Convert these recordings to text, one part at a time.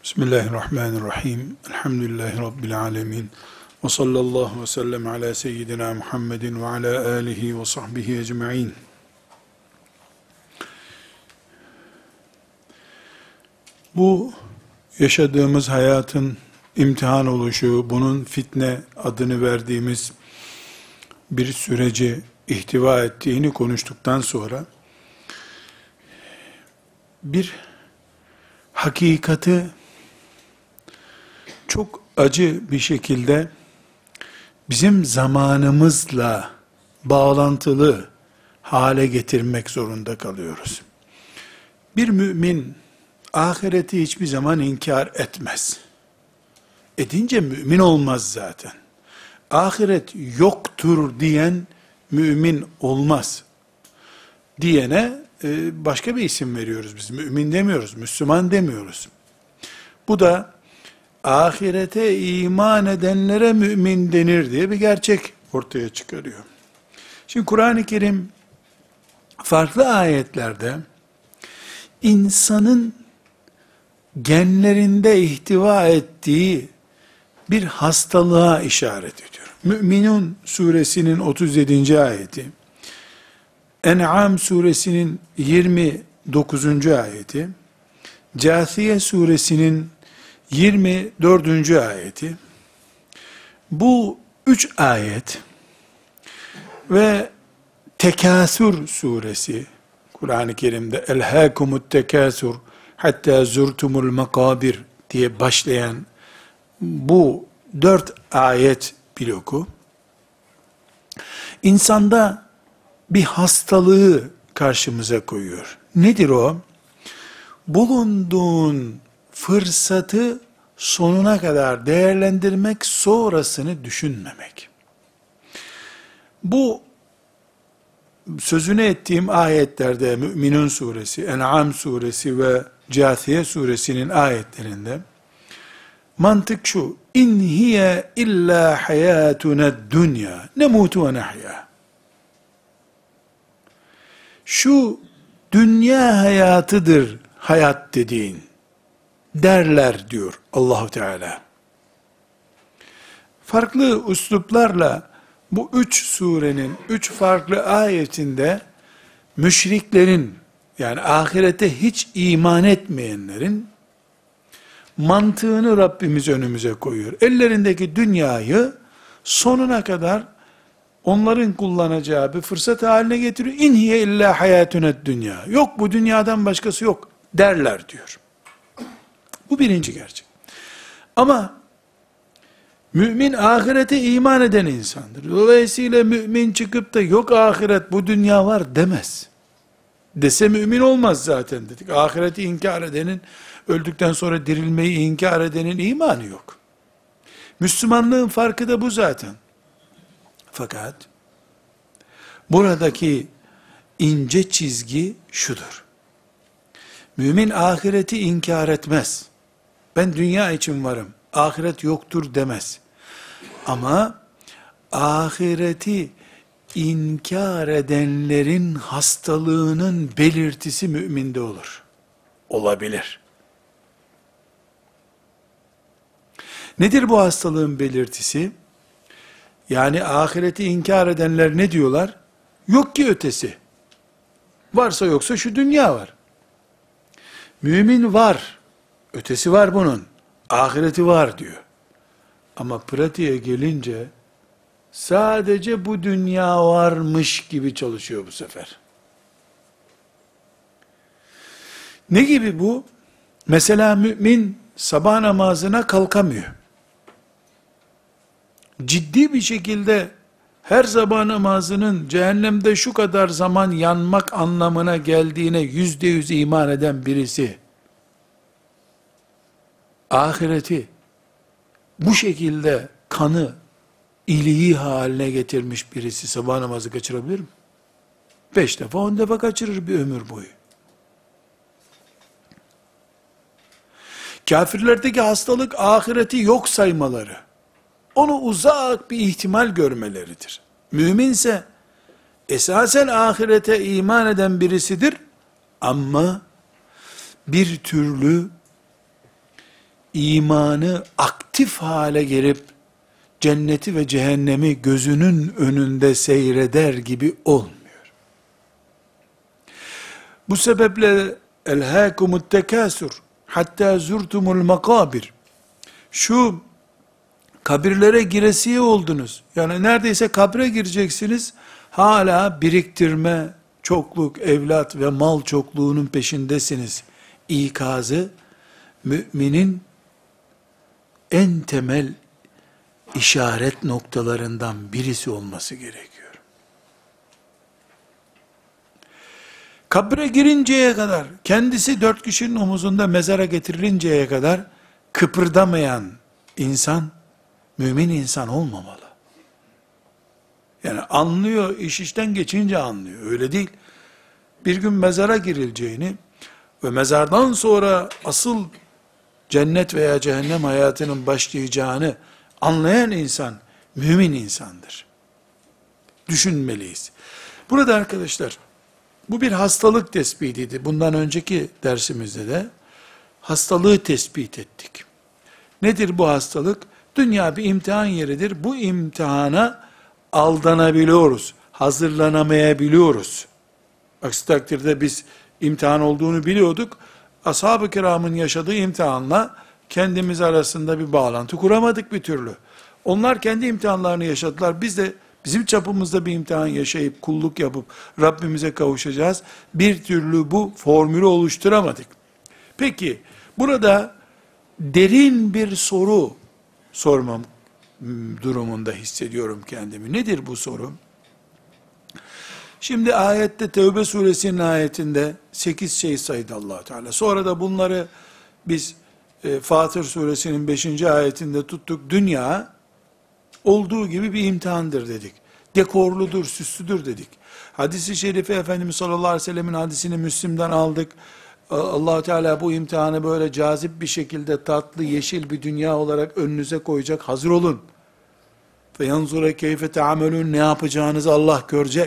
Bismillahirrahmanirrahim. Elhamdülillahi Rabbil alemin. Ve sallallahu ve sellem ala seyyidina Muhammedin ve ala alihi ve sahbihi ecma'in. Bu yaşadığımız hayatın imtihan oluşu, bunun fitne adını verdiğimiz bir süreci ihtiva ettiğini konuştuktan sonra, bir hakikati çok acı bir şekilde bizim zamanımızla bağlantılı hale getirmek zorunda kalıyoruz. Bir mümin ahireti hiçbir zaman inkar etmez. Edince mümin olmaz zaten. Ahiret yoktur diyen mümin olmaz. Diyene başka bir isim veriyoruz biz. Mümin demiyoruz, Müslüman demiyoruz. Bu da ahirete iman edenlere mümin denir diye bir gerçek ortaya çıkarıyor. Şimdi Kur'an-ı Kerim farklı ayetlerde insanın genlerinde ihtiva ettiği bir hastalığa işaret ediyor. Mü'minun suresinin 37. ayeti, En'am suresinin 29. ayeti, Câthiye suresinin 24. ayeti, bu 3 ayet ve Tekâsür suresi, Kur'an-ı Kerim'de elhâkumut tekâsür hattâ zurtumul makabir diye başlayan bu 4 ayet bloku, insanda bir hastalığı karşımıza koyuyor. Nedir o? Bulunduğun fırsatı sonuna kadar değerlendirmek, sonrasını düşünmemek. Bu sözünü ettiğim ayetlerde Mü'minun suresi, En'am suresi ve Câthiye suresinin ayetlerinde mantık şu: İn hiye illa hayatuna dünya nemutu ve nahya. Şu dünya hayatıdır hayat dediğin derler diyor Allahu Teala. Farklı üsluplarla bu 3 surenin 3 farklı ayetinde müşriklerin, yani ahirete hiç iman etmeyenlerin mantığını Rabbimiz önümüze koyuyor. Ellerindeki dünyayı sonuna kadar onların kullanacağı bir fırsat haline getiriyor. İn hiye illa hayatünet dünya. Yok, bu dünyadan başkası yok derler diyor. Bu birinci gerçek. Ama mümin ahirete iman eden insandır. Dolayısıyla mümin çıkıp da yok ahiret, bu dünya var demez. Dese mümin olmaz zaten dedik. Ahireti inkar edenin, öldükten sonra dirilmeyi inkar edenin imanı yok. Müslümanlığın farkı da bu zaten. Fakat buradaki ince çizgi şudur: mümin ahireti inkar etmez. Ben dünya için varım, ahiret yoktur demez. Ama ahireti inkar edenlerin hastalığının belirtisi müminde olur. Olabilir. Nedir bu hastalığın belirtisi? Yani ahireti inkar edenler ne diyorlar? Yok ki ötesi. Varsa yoksa şu dünya var. Mümin var. Ötesi var bunun. Ahireti var diyor. Ama pratiğe gelince sadece bu dünya varmış gibi çalışıyor bu sefer. Ne gibi bu? Mesela mümin sabah namazına kalkamıyor. Ciddi bir şekilde her sabah namazının cehennemde şu kadar zaman yanmak anlamına geldiğine %100 iman eden birisi, ahireti bu şekilde kanı iliği haline getirmiş birisi sabah namazı kaçırabilir mi? 5 defa 10 defa kaçırır bir ömür boyu. Kafirlerdeki hastalık ahireti yok saymaları, onu uzak bir ihtimal görmeleridir. Müminse esasen ahirete iman eden birisidir ama bir türlü imanı aktif hale gelip, cenneti ve cehennemi gözünün önünde seyreder gibi olmuyor. Bu sebeple elhâkumut tekâsür hattâ zurtumul makabir. Şu kabirlere giresiye oldunuz. Yani neredeyse kabre gireceksiniz. Hala biriktirme, çokluk, evlat ve mal çokluğunun peşindesiniz. İkazı müminin en temel işaret noktalarından birisi olması gerekiyor. Kabre girinceye kadar, kendisi 4 kişinin omuzunda mezara getirilinceye kadar kıpırdamayan insan, mümin insan olmamalı. Yani anlıyor, iş işten geçince anlıyor. Öyle değil. Bir gün mezara girileceğini ve mezardan sonra asıl cennet veya cehennem hayatının başlayacağını anlayan insan, mümin insandır. Düşünmeliyiz. Burada arkadaşlar, bu bir hastalık tespitiydi. Bundan önceki dersimizde de hastalığı tespit ettik. Nedir bu hastalık? Dünya bir imtihan yeridir. Bu imtihana aldanabiliyoruz. Hazırlanamayabiliyoruz. Aksi takdirde biz imtihan olduğunu biliyorduk. Ashab-ı kiramın yaşadığı imtihanla kendimiz arasında bir bağlantı kuramadık bir türlü. Onlar kendi imtihanlarını yaşadılar. Biz de bizim çapımızda bir imtihan yaşayıp, kulluk yapıp, Rabbimize kavuşacağız. Bir türlü bu formülü oluşturamadık. Peki, burada derin bir soru sormam durumunda hissediyorum kendimi. Nedir bu soru? Şimdi ayette, Tevbe suresinin ayetinde 8 şey saydı Allah Teala. Sonra da bunları biz Fatır suresinin 5. ayetinde tuttuk. Dünya olduğu gibi bir imtihandır dedik. Dekorludur, süslüdür dedik. Hadis-i şerifi Efendimiz sallallahu aleyhi ve sellemin hadisini Müslim'den aldık. Allah Teala bu imtihanı böyle cazip bir şekilde tatlı, yeşil bir dünya olarak önünüze koyacak. Hazır olun. Ve yanzura keyfe teamelun, ne yapacağınızı Allah görecek.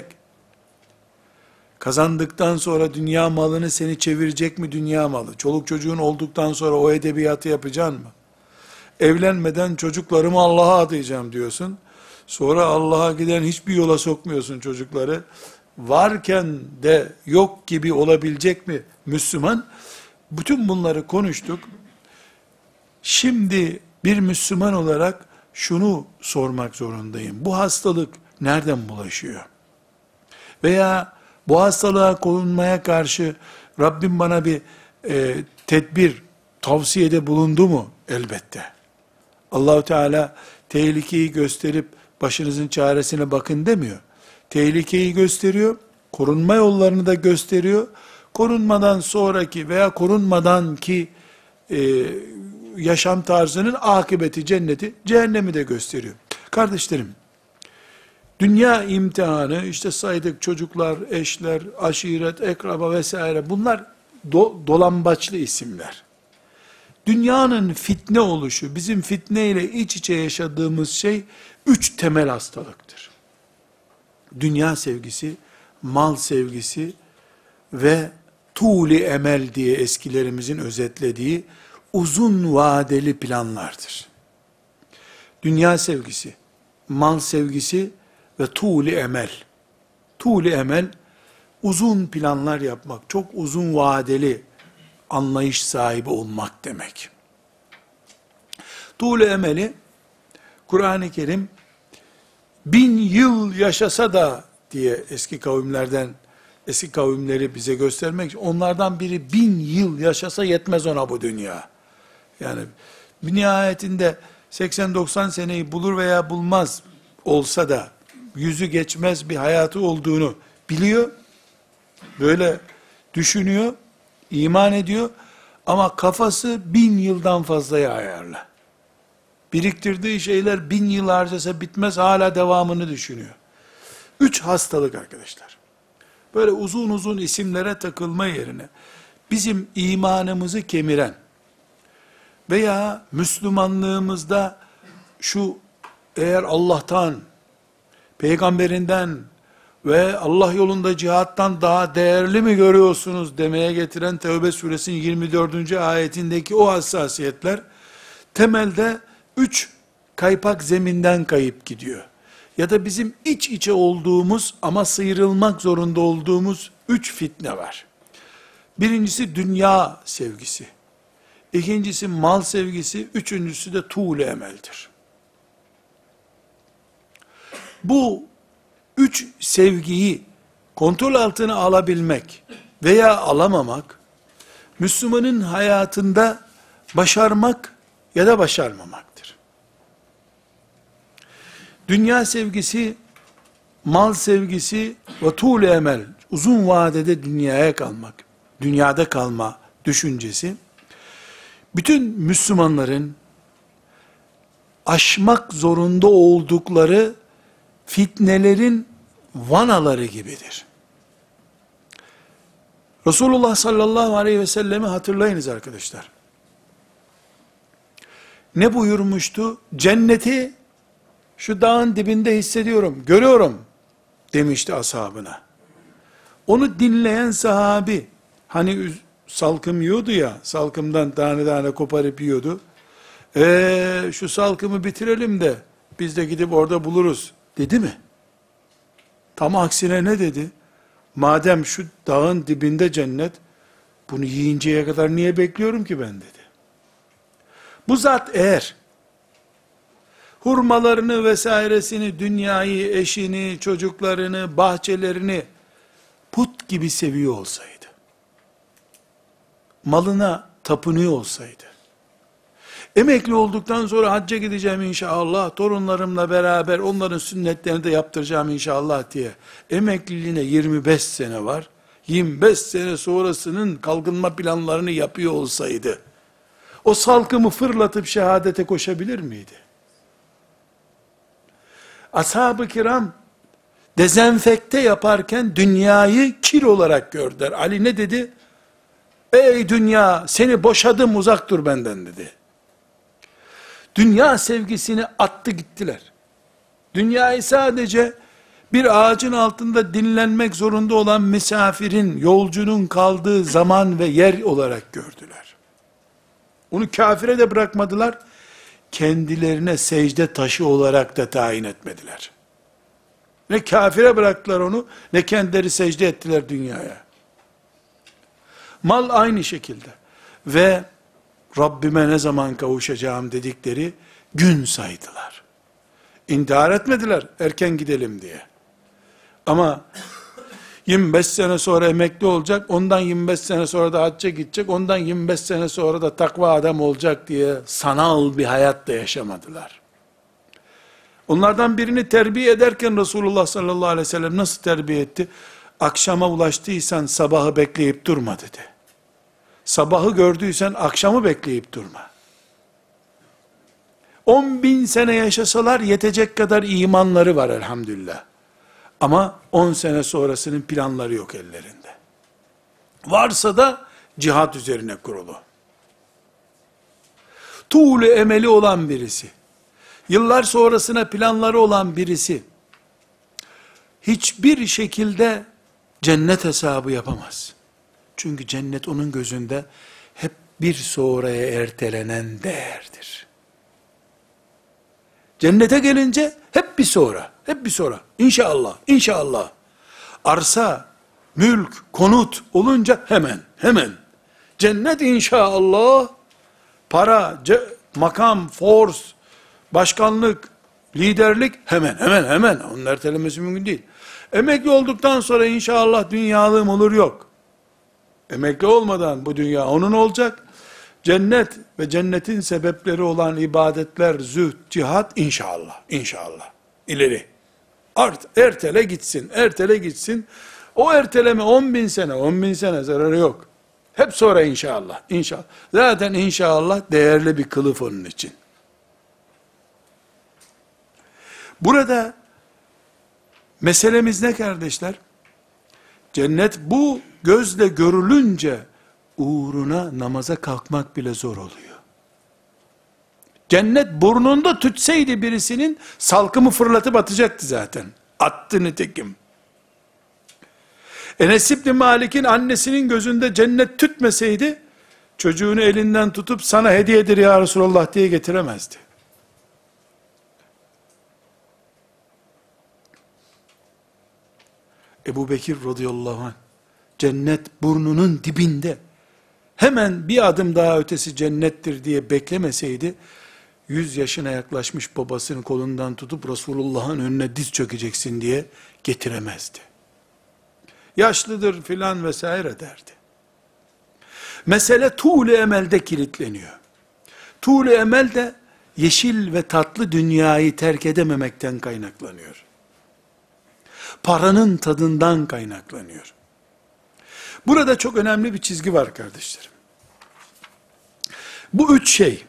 Kazandıktan sonra dünya malını seni çevirecek mi dünya malı? Çoluk çocuğun olduktan sonra o edebiyatı yapacaksın mı? Evlenmeden çocuklarımı Allah'a adayacağım diyorsun. Sonra Allah'a giden hiçbir yola sokmuyorsun çocukları. Varken de yok gibi olabilecek mi Müslüman? Bütün bunları konuştuk. Şimdi bir Müslüman olarak şunu sormak zorundayım. Bu hastalık nereden bulaşıyor? Veya bu hastalığa korunmaya karşı Rabbim bana bir tedbir, tavsiyede bulundu mu? Elbette. Allah-u Teala tehlikeyi gösterip başınızın çaresine bakın demiyor. Tehlikeyi gösteriyor, korunma yollarını da gösteriyor. Korunmadan sonraki veya korunmadan ki yaşam tarzının akıbeti cenneti, cehennemi de gösteriyor. Kardeşlerim, dünya imtihanı, işte saydık çocuklar, eşler, aşiret, ekraba vesaire, bunlar dolambaçlı isimler. Dünyanın fitne oluşu, bizim fitne ile iç içe yaşadığımız şey, 3 temel hastalıktır. Dünya sevgisi, mal sevgisi ve tuğli emel diye eskilerimizin özetlediği uzun vadeli planlardır. Dünya sevgisi, mal sevgisi ve tuğli emel. Tuğli emel, uzun planlar yapmak, çok uzun vadeli anlayış sahibi olmak demek. Tuğli emeli, Kur'an-ı Kerim, 1000 yıl yaşasa da diye eski kavimleri bize göstermek için, onlardan biri 1000 yıl yaşasa yetmez ona bu dünya. Yani nihayetinde 80-90 seneyi bulur veya bulmaz olsa da, yüzü geçmez bir hayatı olduğunu biliyor, böyle düşünüyor, iman ediyor, ama kafası 1000 yıldan fazlaya ayarla. Biriktirdiği şeyler 1000 yıl harcasa bitmez, hala devamını düşünüyor. 3 hastalık arkadaşlar. Böyle uzun uzun isimlere takılma yerine, bizim imanımızı kemiren veya Müslümanlığımızda şu, eğer Allah'tan, peygamberinden ve Allah yolunda cihattan daha değerli mi görüyorsunuz demeye getiren Tevbe suresinin 24. ayetindeki o hassasiyetler, temelde 3 kaypak zeminden kayıp gidiyor. Ya da bizim iç içe olduğumuz ama sıyrılmak zorunda olduğumuz 3 fitne var. Birincisi dünya sevgisi. İkincisi mal sevgisi. Üçüncüsü de tuğle emeldir. Bu 3 sevgiyi kontrol altına alabilmek veya alamamak, Müslümanın hayatında başarmak ya da başarmamaktır. Dünya sevgisi, mal sevgisi ve tuğle emel, uzun vadede dünyaya kalmak, dünyada kalma düşüncesi, bütün Müslümanların aşmak zorunda oldukları fitnelerin vanaları gibidir. Resulullah sallallahu aleyhi ve sellemi hatırlayınız arkadaşlar. Ne buyurmuştu? Cenneti şu dağın dibinde hissediyorum, görüyorum demişti ashabına. Onu dinleyen sahabi, hani salkım yiyordu ya, salkımdan tane tane koparıp yiyordu. Şu salkımı bitirelim de biz de gidip orada buluruz dedi mi? Tam aksine ne dedi? Madem şu dağın dibinde cennet, bunu yiyinceye kadar niye bekliyorum ki ben dedi. Bu zat eğer hurmalarını vesairesini, dünyayı, eşini, çocuklarını, bahçelerini put gibi seviyor olsaydı, malına tapınıyor olsaydı, emekli olduktan sonra hacca gideceğim inşallah, torunlarımla beraber onların sünnetlerini de yaptıracağım inşallah diye, emekliliğine 25 sene var, 25 sene sonrasının kalkınma planlarını yapıyor olsaydı, o salkımı fırlatıp şehadete koşabilir miydi? Ashab-ı kiram, dezenfekte yaparken dünyayı kir olarak gördüler. Ali ne dedi? Ey dünya, seni boşadım, uzak dur benden dedi. Dünya sevgisini attı gittiler. Dünyayı sadece bir ağacın altında dinlenmek zorunda olan misafirin, yolcunun kaldığı zaman ve yer olarak gördüler. Onu kafire de bırakmadılar, kendilerine secde taşı olarak da tayin etmediler. Ne kafire bıraktılar onu, ne kendileri secde ettiler dünyaya. Mal aynı şekilde. Ve Rabbime ne zaman kavuşacağım dedikleri gün saydılar. İntihar etmediler erken gidelim diye. Ama 25 sene sonra emekli olacak, ondan 25 sene sonra da hacca gidecek, ondan 25 sene sonra da takva adam olacak diye sanal bir hayat da yaşamadılar. Onlardan birini terbiye ederken Resulullah sallallahu aleyhi ve sellem nasıl terbiye etti? Akşama ulaştıysan sabahı bekleyip durma dedi. Sabahı gördüysen akşamı bekleyip durma. 10.000 sene yaşasalar yetecek kadar imanları var elhamdülillah. Ama 10 sene sonrasının planları yok ellerinde. Varsa da cihat üzerine kurulu. Tuğle emeli olan birisi, yıllar sonrasına planları olan birisi, hiçbir şekilde cennet hesabı yapamaz. Çünkü cennet onun gözünde hep bir sonraya ertelenen değerdir. Cennete gelince hep bir sonra, hep bir sonra. İnşallah, inşallah. Arsa, mülk, konut olunca hemen. Cennet inşallah, para, makam, force, başkanlık, liderlik hemen. Onun ertelemesi mümkün değil. Emekli olduktan sonra inşallah dünyalığım olur yok. Emekli olmadan bu dünya onun olacak. Cennet ve cennetin sebepleri olan ibadetler, zühd, cihat inşallah. İleri. Ertele gitsin. O erteleme 10.000 sene zararı yok. Hep sonra inşallah. Zaten inşallah değerli bir kılıf onun için. Burada meselemiz ne kardeşler? Cennet bu gözle görülünce uğruna namaza kalkmak bile zor oluyor. Cennet burnunda tütseydi birisinin salkımı fırlatıp atacaktı zaten. Attı nitekim. Enes İbni Malik'in annesinin gözünde cennet tütmeseydi çocuğunu elinden tutup sana hediyedir ya Resulallah diye getiremezdi. Ebu Bekir radıyallahu anh, cennet burnunun dibinde, hemen bir adım daha ötesi cennettir diye beklemeseydi, 100 yaşına yaklaşmış babasının kolundan tutup Resulullah'ın önüne diz çökeceksin diye getiremezdi. Yaşlıdır filan vesaire derdi. Mesele tuğlu emelde kilitleniyor. Tuğlu emel de yeşil ve tatlı dünyayı terk edememekten kaynaklanıyor. Paranın tadından kaynaklanıyor. Burada çok önemli bir çizgi var kardeşlerim. Bu üç şey,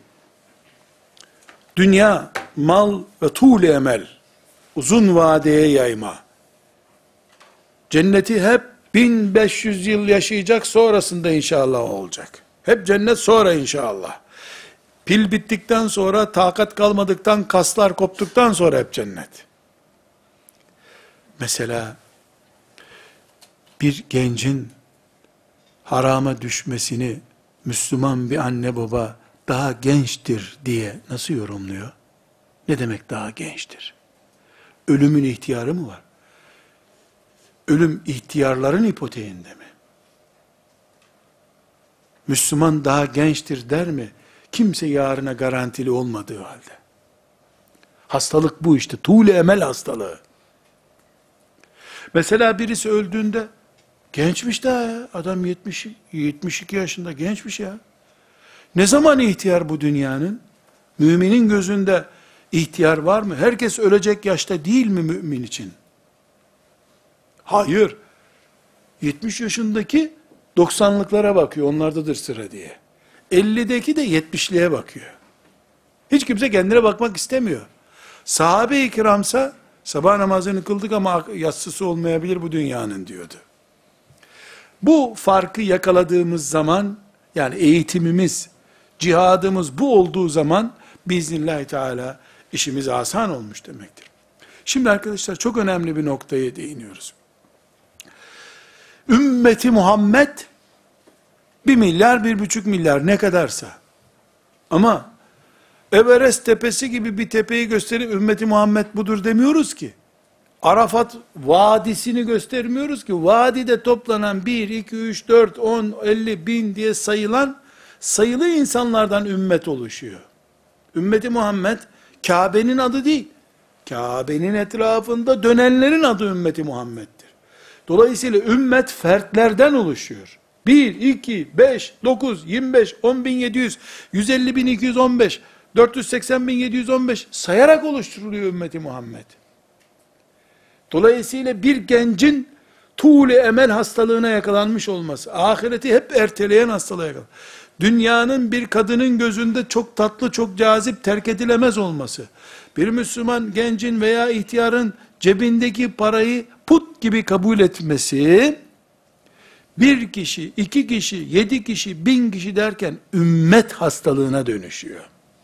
dünya, mal ve tuğlu emel, uzun vadeye yayma, cenneti hep 1500 yıl yaşayacak, sonrasında inşallah olacak. Hep cennet sonra inşallah. Pil bittikten sonra, takat kalmadıktan, kaslar koptuktan sonra hep cennet. Mesela bir gencin harama düşmesini Müslüman bir anne baba daha gençtir diye nasıl yorumluyor? Ne demek daha gençtir? Ölümün ihtiyarı mı var? Ölüm ihtiyarların ipoteğinde mi? Müslüman daha gençtir der mi? Kimse yarına garantili olmadığı halde. Hastalık bu işte. Tuğle emel hastalığı. Mesela birisi öldüğünde gençmiş daha ya. Adam 72 yaşında gençmiş ya. Ne zaman ihtiyar bu dünyanın? Müminin gözünde ihtiyar var mı? Herkes ölecek yaşta değil mi mümin için? Hayır. 70 yaşındaki 90'lıklara bakıyor. Onlardadır sıra diye. 50'deki de 70'liğe bakıyor. Hiç kimse kendine bakmak istemiyor. Sahabe-i kiramsa sabah namazını kıldık ama yatsısı olmayabilir bu dünyanın diyordu. Bu farkı yakaladığımız zaman, yani eğitimimiz, cihadımız bu olduğu zaman biiznillahü teala işimiz asan olmuş demektir. Şimdi arkadaşlar çok önemli bir noktaya değiniyoruz. Ümmeti Muhammed 1 milyar, 1,5 milyar ne kadarsa, ama Everest tepesi gibi bir tepeyi gösterip ümmeti Muhammed budur demiyoruz ki. Arafat vadisini göstermiyoruz ki. Vadide toplanan 1, 2, 3, 4, 10, 50, 1000 diye sayılan sayılı insanlardan ümmet oluşuyor. Ümmeti Muhammed Kabe'nin adı değil. Kabe'nin etrafında dönenlerin adı ümmeti Muhammed'dir. Dolayısıyla ümmet fertlerden oluşuyor. 1, 2, 5, 9, 25, 10.700, 150.215, 480.715 sayarak oluşturuluyor ümmeti Muhammed. Dolayısıyla bir gencin tuğle emel hastalığına yakalanmış olması, ahireti hep erteleyen hastalığa yakalanmış. Dünyanın bir kadının gözünde çok tatlı, çok cazip, terk edilemez olması, bir Müslüman gencin veya ihtiyarın cebindeki parayı put gibi kabul etmesi, bir kişi, 2 kişi, 7 kişi, 1000 kişi derken ümmet hastalığına dönüşüyor.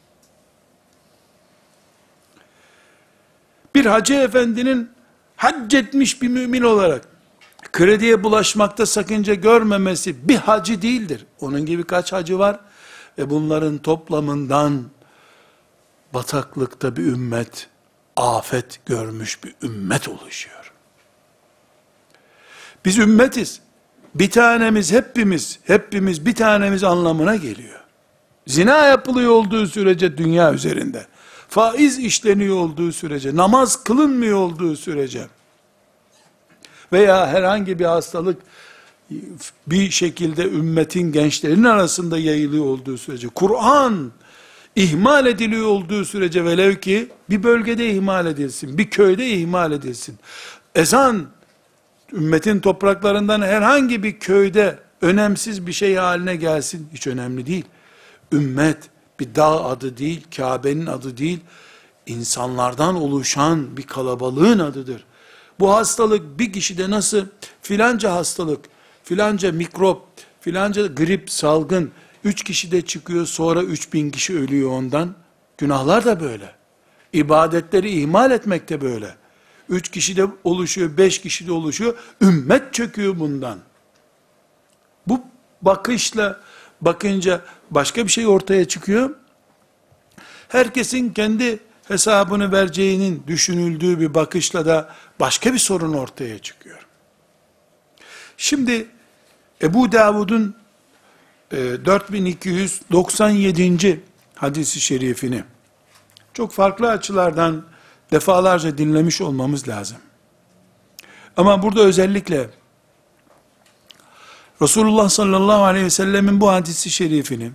Bir hacı efendinin hac etmiş bir mümin olarak krediye bulaşmakta sakınca görmemesi bir hacı değildir. Onun gibi kaç hacı var ve bunların toplamından bataklıkta bir ümmet, afet görmüş bir ümmet oluşuyor. Biz ümmetiz. Bir tanemiz hepimiz bir tanemiz anlamına geliyor. Zina yapılıyor olduğu sürece dünya üzerinde, faiz işleniyor olduğu sürece, namaz kılınmıyor olduğu sürece veya herhangi bir hastalık bir şekilde ümmetin gençlerinin arasında yayılıyor olduğu sürece, Kur'an ihmal ediliyor olduğu sürece, velev ki bir bölgede ihmal edilsin, bir köyde ihmal edilsin, ezan ümmetin topraklarından herhangi bir köyde önemsiz bir şey haline gelsin, hiç önemli değil. Ümmet bir dağ adı değil, Kabe'nin adı değil, insanlardan oluşan bir kalabalığın adıdır. Bu hastalık bir kişide nasıl filanca hastalık, filanca mikrop, filanca grip, salgın 3 kişide çıkıyor, sonra 3000 kişi ölüyor ondan. Günahlar da böyle. İbadetleri ihmal etmek de böyle. 3 kişide oluşuyor, 5 kişide oluşuyor. Ümmet çöküyor bundan. Bu bakışla bakınca başka bir şey ortaya çıkıyor. Herkesin kendi hesabını vereceğinin düşünüldüğü bir bakışla da başka bir sorun ortaya çıkıyor. Şimdi Ebu Davud'un 4297. hadisi şerifini çok farklı açılardan defalarca dinlemiş olmamız lazım. Ama burada özellikle Resulullah sallallahu aleyhi ve sellemin bu hadisi şerifini,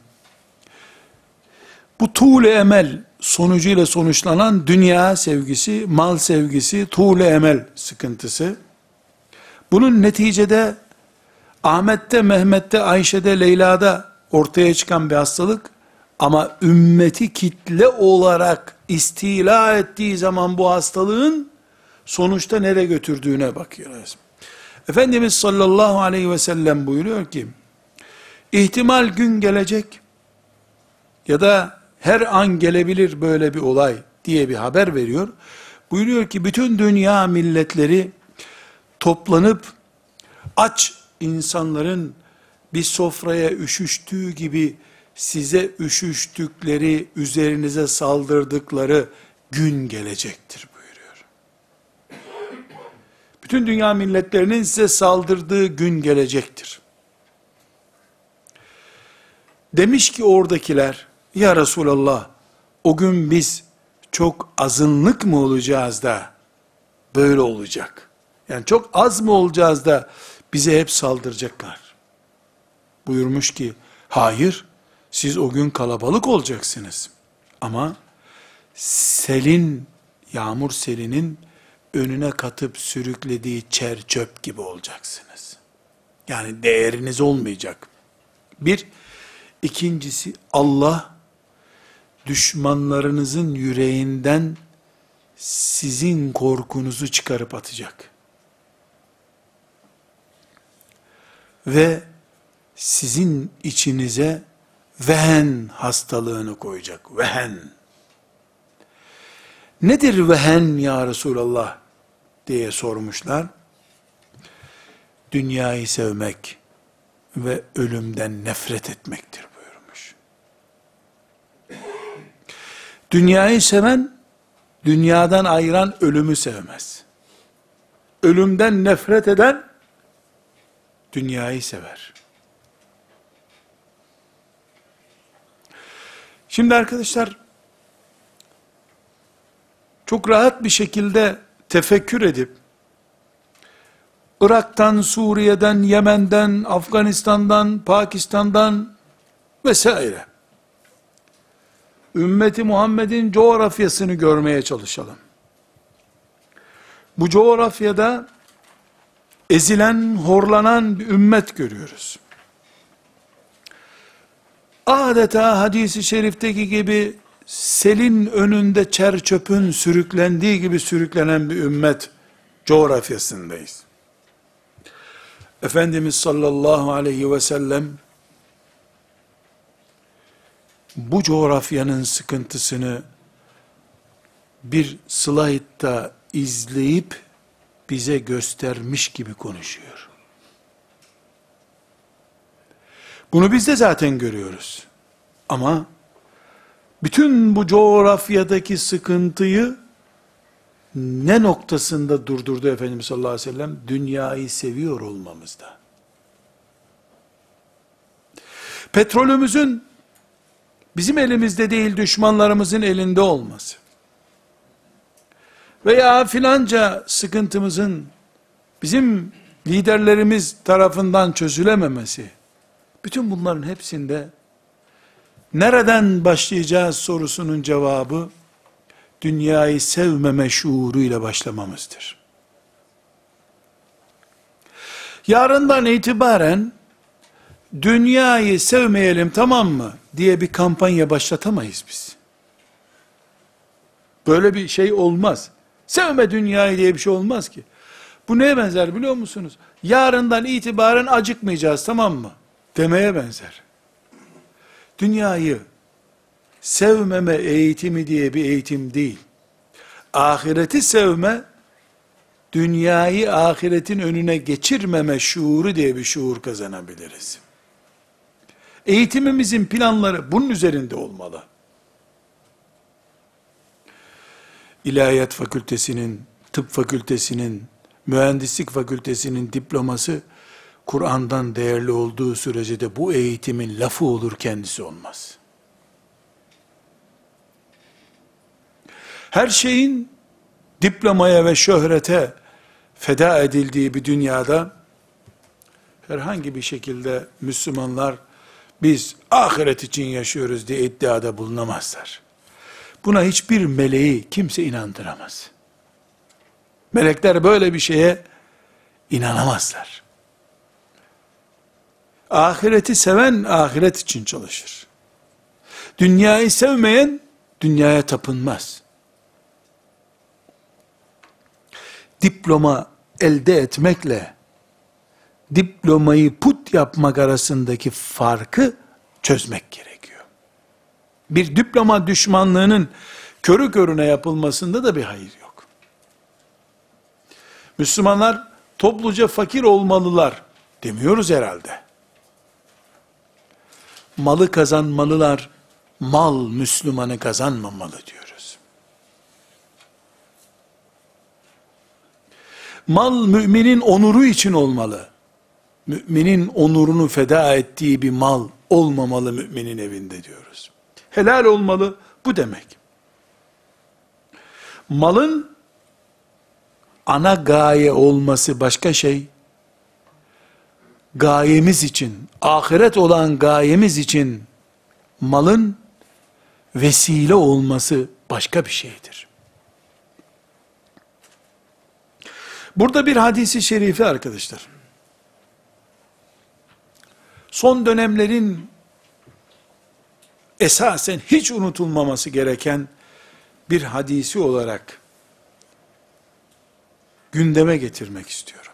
bu tuğle emel sonucuyla sonuçlanan dünya sevgisi, mal sevgisi, tuğle emel sıkıntısı, bunun neticede Ahmet'te, Mehmet'te, Ayşe'de, Leyla'da ortaya çıkan bir hastalık, ama ümmeti kitle olarak istila ettiği zaman bu hastalığın sonuçta nereye götürdüğüne bakıyoruz. Efendimiz sallallahu aleyhi ve sellem buyuruyor ki, ihtimal gün gelecek ya da her an gelebilir böyle bir olay diye bir haber veriyor. Buyuruyor ki bütün dünya milletleri toplanıp aç insanların bir sofraya üşüştüğü gibi size üşüştükleri, üzerinize saldırdıkları gün gelecektir buyuruyor. Bütün dünya milletlerinin size saldırdığı gün gelecektir. Demiş ki oradakiler, ya Resulallah, o gün biz çok azınlık mı olacağız da böyle olacak? Yani çok az mı olacağız da bize hep saldıracaklar? Buyurmuş ki, hayır, siz o gün kalabalık olacaksınız. Ama selin, yağmur selinin önüne katıp sürüklediği çer çöp gibi olacaksınız. Yani değeriniz olmayacak. Bir, ikincisi Allah düşmanlarınızın yüreğinden sizin korkunuzu çıkarıp atacak. Ve sizin içinize vehen hastalığını koyacak. Vehen. Nedir vehen ya Resulallah diye sormuşlar. Dünyayı sevmek ve ölümden nefret etmektir buyurmuş. Dünyayı seven, dünyadan ayıran ölümü sevmez. Ölümden nefret eden, dünyayı sever. Şimdi arkadaşlar, çok rahat bir şekilde tefekkür edip, Irak'tan, Suriye'den, Yemen'den, Afganistan'dan, Pakistan'dan vesaire, ümmeti Muhammed'in coğrafyasını görmeye çalışalım. Bu coğrafyada ezilen, horlanan bir ümmet görüyoruz. Adeta hadis-i şerifteki gibi selin önünde çer çöpün sürüklendiği gibi sürüklenen bir ümmet coğrafyasındayız. Efendimiz sallallahu aleyhi ve sellem bu coğrafyanın sıkıntısını bir slaytta izleyip bize göstermiş gibi konuşuyor. Bunu biz de zaten görüyoruz. Ama bütün bu coğrafyadaki sıkıntıyı ne noktasında durdurdu Efendimiz sallallahu aleyhi ve sellem? Dünyayı seviyor olmamızda. Petrolümüzün bizim elimizde değil, düşmanlarımızın elinde olması veya filanca sıkıntımızın bizim liderlerimiz tarafından çözülememesi, bütün bunların hepsinde nereden başlayacağız sorusunun cevabı, dünyayı sevmeme şuuruyla başlamamızdır. Yarından itibaren, dünyayı sevmeyelim tamam mı diye bir kampanya başlatamayız biz. Böyle bir şey olmaz. Sevme dünyayı diye bir şey olmaz ki. Bu neye benzer biliyor musunuz? Yarından itibaren acıkmayacağız tamam mı demeye benzer. Dünyayı sevmeme eğitimi diye bir eğitim değil. Ahireti sevme, dünyayı ahiretin önüne geçirmeme şuuru diye bir şuur kazanabiliriz. Eğitimimizin planları bunun üzerinde olmalı. İlahiyat fakültesinin, tıp fakültesinin, mühendislik fakültesinin diploması Kur'an'dan değerli olduğu sürece de bu eğitimin lafı olur, kendisi olmaz. Her şeyin diplomaya ve şöhrete feda edildiği bir dünyada herhangi bir şekilde Müslümanlar biz ahiret için yaşıyoruz diye iddiada bulunamazlar. Buna hiçbir meleği kimse inandıramaz. Melekler böyle bir şeye inanamazlar. Ahireti seven ahiret için çalışır. Dünyayı sevmeyen dünyaya tapınmaz. Diploma elde etmekle diplomayı put yapmak arasındaki farkı çözmek gerekiyor. Bir diploma düşmanlığının körü körüne yapılmasında da bir hayır yok. Müslümanlar topluca fakir olmalılar demiyoruz herhalde. Malı kazanmalılar, mal Müslümanı kazanmamalı diyoruz. Mal müminin onuru için olmalı. Müminin onurunu feda ettiği bir mal olmamalı müminin evinde diyoruz. Helal olmalı, bu demek. Malın ana gaye olması başka şey. Gayemiz için, ahiret olan gayemiz için malın vesile olması başka bir şeydir. Burada bir hadisi şerifi arkadaşlar, son dönemlerin esasen hiç unutulmaması gereken bir hadisi olarak gündeme getirmek istiyorum.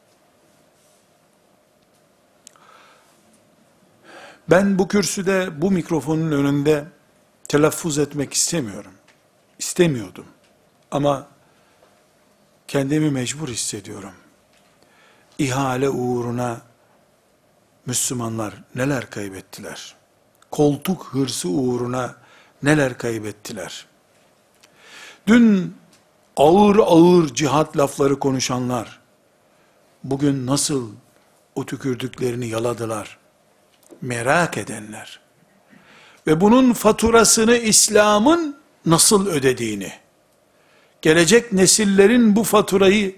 Ben bu kürsüde, bu mikrofonun önünde telaffuz etmek istemiyorum. İstemiyordum. Ama kendimi mecbur hissediyorum. İhale uğruna Müslümanlar neler kaybettiler? Koltuk hırsı uğruna neler kaybettiler? Dün ağır ağır cihat lafları konuşanlar, bugün nasıl o tükürdüklerini yaladılar? Merak edenler ve bunun faturasını İslam'ın nasıl ödediğini, gelecek nesillerin bu faturayı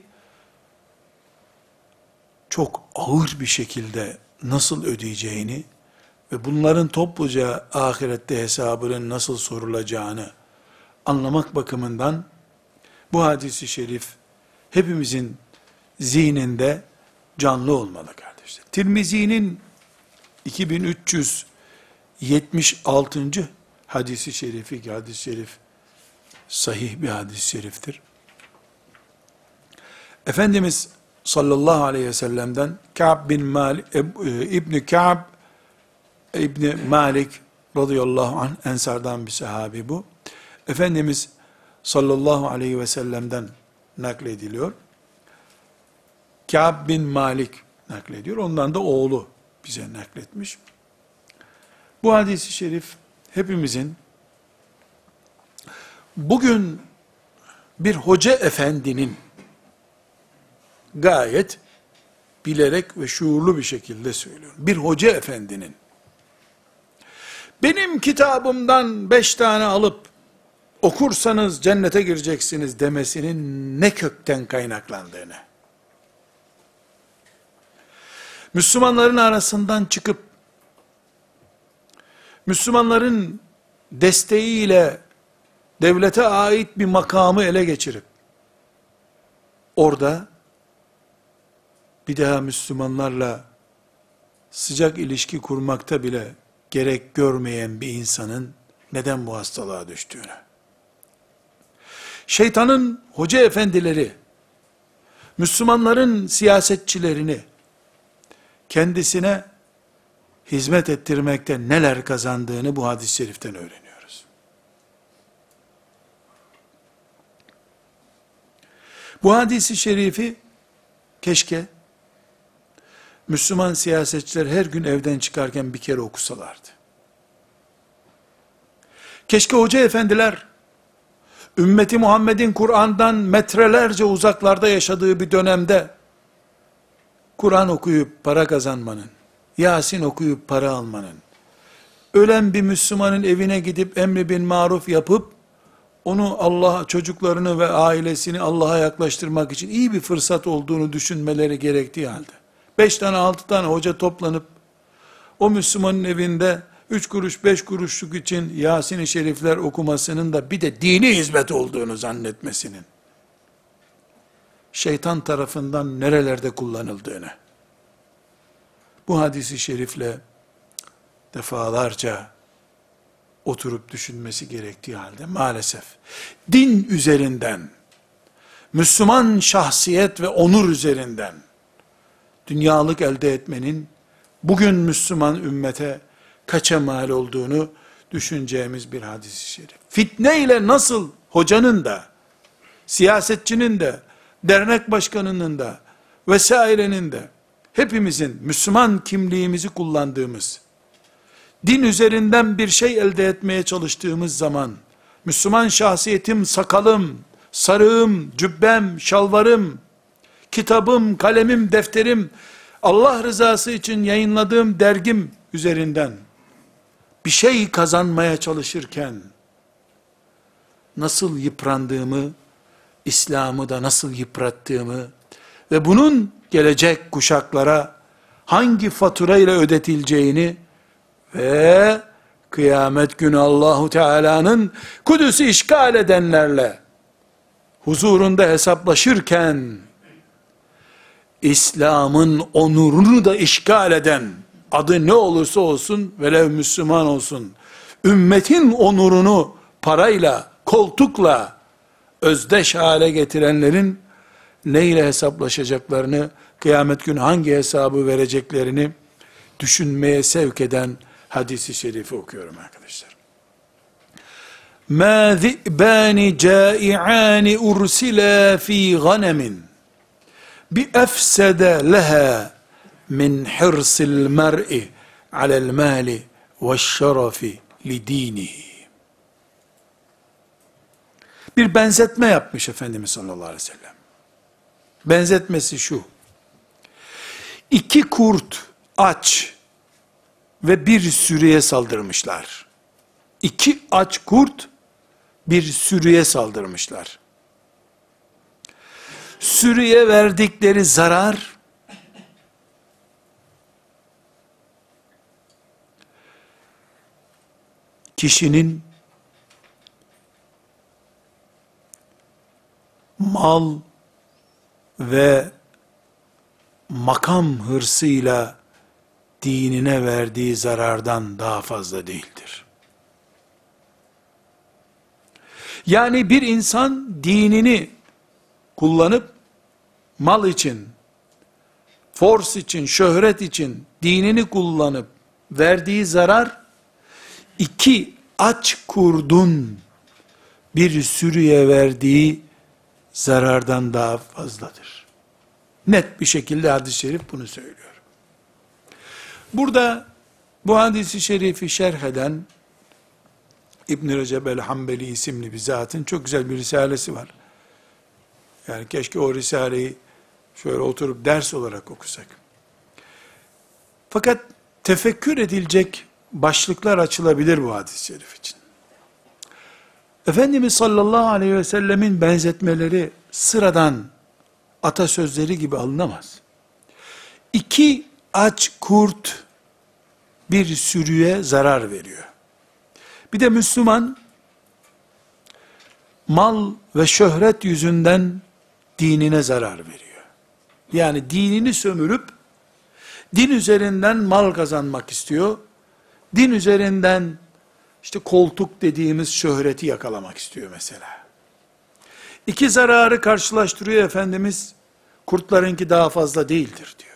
çok ağır bir şekilde nasıl ödeyeceğini ve bunların topluca ahirette hesabının nasıl sorulacağını anlamak bakımından bu hadis-i şerif hepimizin zihninde canlı olmalı kardeşler. Tirmizi'nin 2376. hadisi şerifi ki hadis-i şerif sahih bir hadis-i şeriftir. Efendimiz sallallahu aleyhi ve sellem'den Ka'b bin Malik, İbn-i Ka'b İbn-i Malik radıyallahu anh, Ensardan bir sahabi bu. Efendimiz sallallahu aleyhi ve sellem'den naklediliyor. Ka'b bin Malik naklediyor. Ondan da oğlu bize nakletmiş. Bu hadis-i şerif hepimizin bugün bir hoca efendinin gayet bilerek ve şuurlu bir şekilde söylüyorum. Bir hoca efendinin benim kitabımdan 5 tane alıp okursanız cennete gireceksiniz demesinin ne kökten kaynaklandığını, Müslümanların arasından çıkıp Müslümanların desteğiyle devlete ait bir makamı ele geçirip orada bir daha Müslümanlarla sıcak ilişki kurmakta bile gerek görmeyen bir insanın neden bu hastalığa düştüğünü, şeytanın hoca efendileri Müslümanların siyasetçilerini kendisine hizmet ettirmekte neler kazandığını bu hadis-i şeriften öğreniyoruz. Bu hadis-i şerifi keşke Müslüman siyasetçiler her gün evden çıkarken bir kere okusalardı. Keşke hoca efendiler, ümmeti Muhammed'in Kur'an'dan metrelerce uzaklarda yaşadığı bir dönemde, Kur'an okuyup para kazanmanın, Yasin okuyup para almanın, ölen bir Müslümanın evine gidip emri bin maruf yapıp, onu Allah, çocuklarını ve ailesini Allah'a yaklaştırmak için iyi bir fırsat olduğunu düşünmeleri gerektiği halde, 5 tane 6 tane hoca toplanıp, o Müslümanın evinde 3 kuruş 5 kuruşluk için Yasin-i Şerifler okumasının da bir de dini hizmet olduğunu zannetmesinin, şeytan tarafından nerelerde kullanıldığını, bu hadisi şerifle defalarca oturup düşünmesi gerektiği halde maalesef din üzerinden, Müslüman şahsiyet ve onur üzerinden dünyalık elde etmenin bugün Müslüman ümmete kaça mal olduğunu düşüneceğimiz bir hadis-i şerif. Fitne ile nasıl hocanın da, siyasetçinin de, dernek başkanının da vesairenin de, hepimizin Müslüman kimliğimizi kullandığımız, din üzerinden bir şey elde etmeye çalıştığımız zaman, Müslüman şahsiyetim, sakalım, sarığım, cübbem, şalvarım, kitabım, kalemim, defterim, Allah rızası için yayınladığım dergim üzerinden bir şey kazanmaya çalışırken, nasıl yıprandığımı, İslam'ı da nasıl yıprattığımı ve bunun gelecek kuşaklara hangi fatura ile ödetileceğini ve kıyamet günü Allahu Teala'nın Kudüs'ü işgal edenlerle huzurunda hesaplaşırken, İslam'ın onurunu da işgal eden, adı ne olursa olsun, velev Müslüman olsun, ümmetin onurunu parayla, koltukla özdeş hale getirenlerin neyle hesaplaşacaklarını, kıyamet günü hangi hesabı vereceklerini düşünmeye sevk eden hadisi şerifi okuyorum arkadaşlar. مَا ذِئْبَانِ جَائِعَانِ اُرْسِلَا ف۪ي غَنَمٍ بِأَفْسَدَ لَهَا مِنْ حِرْصِ الْمَرْءِ عَلَى الْمَالِ وَالشَّرَفِ لِد۪ينِهِ. Bir benzetme yapmış Efendimiz sallallahu aleyhi ve sellem. Benzetmesi şu: 2 kurt aç ve bir sürüye saldırmışlar. 2 aç kurt bir sürüye saldırmışlar. Sürüye verdikleri zarar, kişinin mal ve makam hırsıyla dinine verdiği zarardan daha fazla değildir. Yani bir insan dinini kullanıp mal için, force için, şöhret için dinini kullanıp verdiği zarar, 2 aç kurdun bir sürüye verdiği zarardan daha fazladır. Net bir şekilde hadis-i şerif bunu söylüyor. Burada bu hadisi şerifi şerh eden İbn-i Recep el-Hanbeli isimli bir zatın çok güzel bir risalesi var. Yani keşke o risaleyi şöyle oturup ders olarak okusak. Fakat tefekkür edilecek başlıklar açılabilir bu hadis-i şerif için. Efendimiz sallallahu aleyhi ve sellemin benzetmeleri sıradan atasözleri gibi alınamaz. 2 aç kurt bir sürüye zarar veriyor. Bir de Müslüman mal ve şöhret yüzünden dinine zarar veriyor. Yani dinini sömürüp din üzerinden mal kazanmak istiyor. Din üzerinden işte koltuk dediğimiz şöhreti yakalamak istiyor mesela. 2 zararı karşılaştırıyor Efendimiz. Kurtlarınki daha fazla değildir diyor.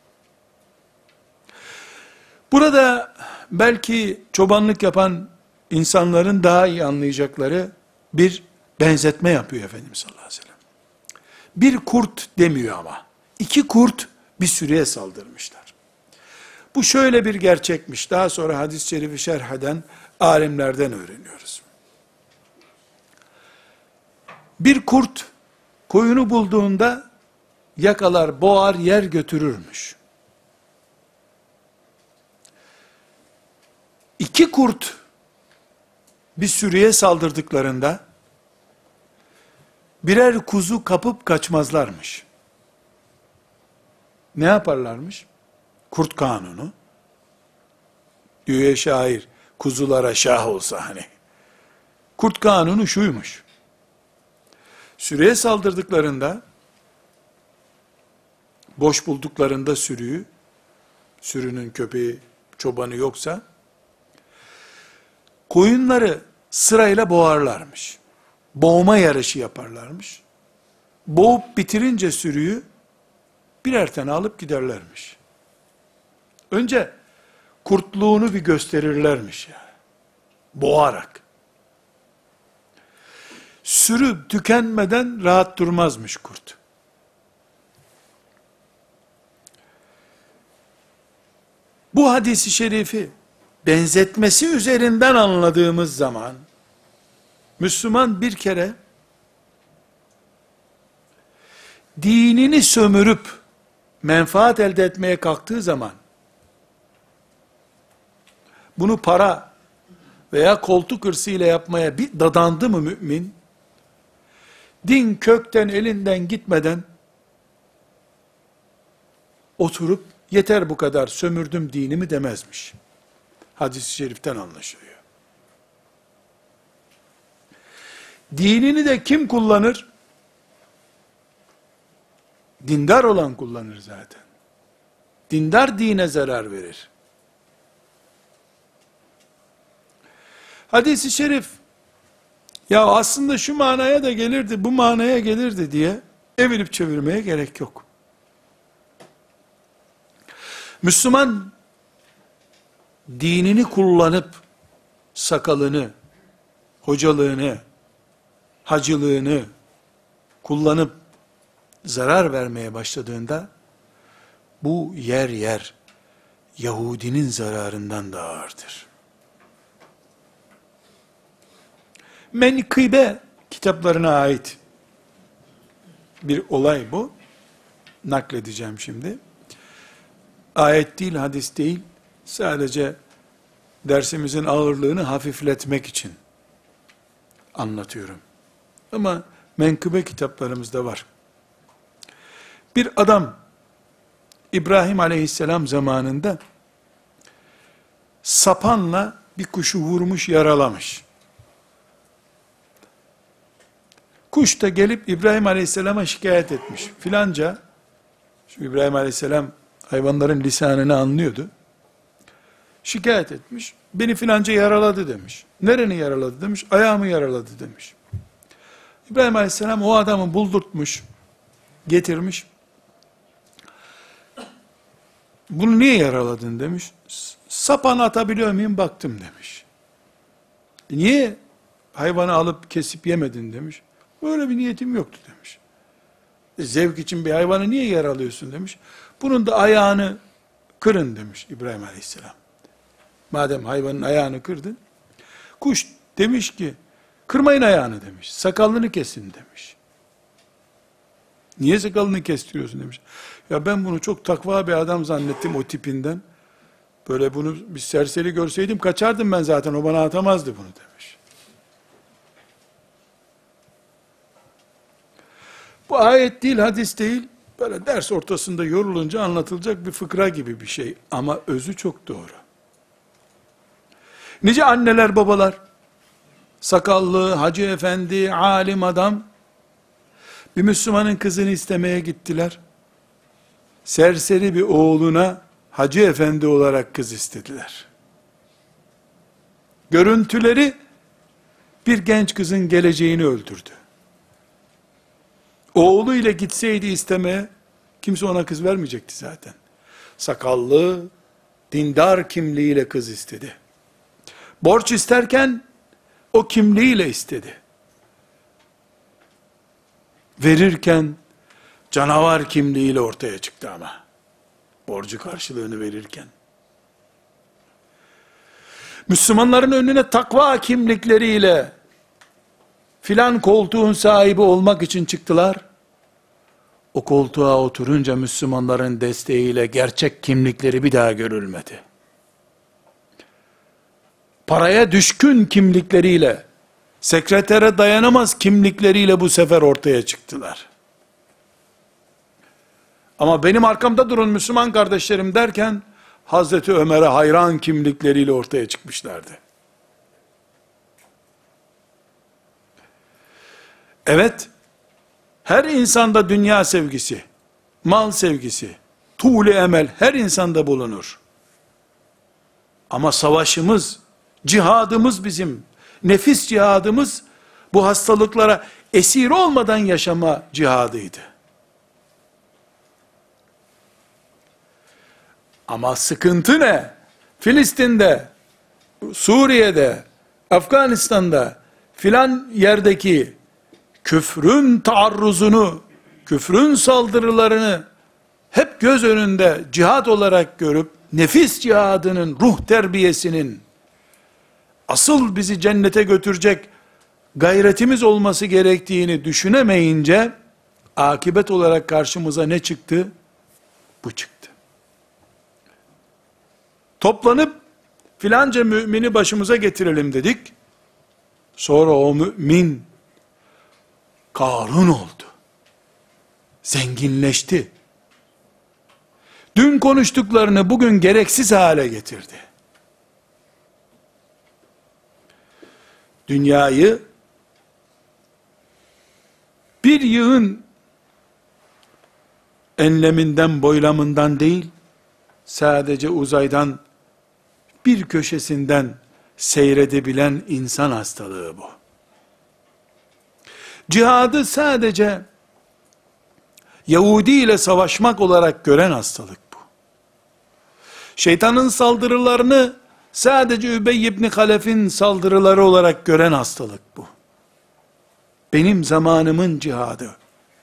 Burada belki çobanlık yapan insanların daha iyi anlayacakları bir benzetme yapıyor Efendimiz sallallahu aleyhi ve sellem. Bir kurt demiyor ama. 2 kurt bir sürüye saldırmışlar. Bu şöyle bir gerçekmiş. Daha sonra hadis-i şerifi şerh eden alimlerden öğreniyoruz. Bir kurt koyunu bulduğunda yakalar, boğar, yer götürürmüş. İki kurt bir sürüye saldırdıklarında birer kuzu kapıp kaçmazlarmış. Ne yaparlarmış? Kurt kanunu. Diyor ya şair, kuzulara şah olsa hani. Kurt kanunu şuymuş. Sürüye saldırdıklarında, boş bulduklarında sürüyü, sürünün köpeği, çobanı yoksa, koyunları sırayla boğarlarmış. Boğma yarışı yaparlarmış. Boğup bitirince sürüyü, birer tane alıp giderlermiş. Önce kurtluğunu bir gösterirlermiş yani. Boğarak. Sürü tükenmeden rahat durmazmış kurt. Bu hadisi şerifi benzetmesi üzerinden anladığımız zaman, Müslüman bir kere dinini sömürüp menfaat elde etmeye kalktığı zaman, bunu para veya koltuk hırsıyla yapmaya bir dadandı mı mümin, din kökten elinden gitmeden oturup yeter bu kadar sömürdüm dinimi demezmiş. Hadis-i şeriften anlaşılıyor. Dinini de kim kullanır? Dindar olan kullanır zaten. Dindar dine zarar verir. Hadis-i şerif, ya aslında şu manaya da gelirdi, bu manaya gelirdi diye evirip çevirmeye gerek yok. Müslüman, dinini kullanıp, sakalını, hocalığını, hacılığını kullanıp, zarar vermeye başladığında, bu yer yer, Yahudinin zararından da ağırdır. Menkıbe kitaplarına ait bir olay bu. Nakledeceğim şimdi. Ayet değil, hadis değil. Sadece dersimizin ağırlığını hafifletmek için anlatıyorum. Ama menkıbe kitaplarımızda var. Bir adam İbrahim Aleyhisselam zamanında sapanla bir kuşu vurmuş, yaralamış. Kuş da gelip İbrahim Aleyhisselam'a şikayet etmiş. Filanca, şu İbrahim Aleyhisselam hayvanların lisanını anlıyordu. Şikayet etmiş. Beni filanca yaraladı demiş. Nereni yaraladı demiş. Ayağımı yaraladı demiş. İbrahim Aleyhisselam o adamı buldurtmuş. Getirmiş. Bunu niye yaraladın demiş. Sapan atabiliyor muyum baktım demiş. Niye hayvanı alıp kesip yemedin demiş. Böyle bir niyetim yoktu demiş. Zevk için bir hayvanı niye yaralıyorsun demiş. Bunun da ayağını kırın demiş İbrahim Aleyhisselam. Madem hayvanın ayağını kırdın. Kuş demiş ki kırmayın ayağını demiş. Sakalını kesin demiş. Niye sakalını kestiriyorsun demiş. Ya ben bunu çok takva bir adam zannettim o tipinden. Böyle bunu bir serseri görseydim kaçardım ben zaten, o bana atamazdı bunu demiş. Bu ayet değil, hadis değil, böyle ders ortasında yorulunca anlatılacak bir fıkra gibi bir şey. Ama özü çok doğru. Nice anneler, babalar, sakallı, hacı efendi, alim adam, bir Müslümanın kızını istemeye gittiler. Serseri bir oğluna hacı efendi olarak kız istediler. Görüntüleri bir genç kızın geleceğini öldürdü. Oğluyla gitseydi istemeye, kimse ona kız vermeyecekti zaten. Sakallı, dindar kimliğiyle kız istedi. Borç isterken, o kimliğiyle istedi. Verirken, canavar kimliğiyle ortaya çıktı ama. Borcu karşılığını verirken. Müslümanların önüne takva kimlikleriyle filan koltuğun sahibi olmak için çıktılar. O koltuğa oturunca Müslümanların desteğiyle gerçek kimlikleri bir daha görülmedi. Paraya düşkün kimlikleriyle, sekretere dayanamaz kimlikleriyle bu sefer ortaya çıktılar. Ama benim arkamda durun Müslüman kardeşlerim derken, Hazreti Ömer'e hayran kimlikleriyle ortaya çıkmışlardı. Evet, her insanda dünya sevgisi, mal sevgisi, tuğle emel her insanda bulunur. Ama savaşımız, cihadımız bizim, nefis cihadımız, bu hastalıklara esir olmadan yaşama cihadıydı. Ama sıkıntı ne? Filistin'de, Suriye'de, Afganistan'da, filan yerdeki küfrün taarruzunu, küfrün saldırılarını hep göz önünde cihat olarak görüp, nefis cihadının, ruh terbiyesinin, asıl bizi cennete götürecek gayretimiz olması gerektiğini düşünemeyince, akibet olarak karşımıza ne çıktı? Bu çıktı. Toplanıp, filanca mümini başımıza getirelim dedik. Sonra o mümin, Karun oldu. Zenginleşti. Dün konuştuklarını bugün gereksiz hale getirdi. Dünyayı bir yığın enleminden, boylamından değil, sadece uzaydan bir köşesinden seyredebilen insan hastalığı bu. Cihadı sadece Yahudi ile savaşmak olarak gören hastalık bu. Şeytanın saldırılarını sadece Übey ibn Halef'in saldırıları olarak gören hastalık bu. Benim zamanımın cihadı.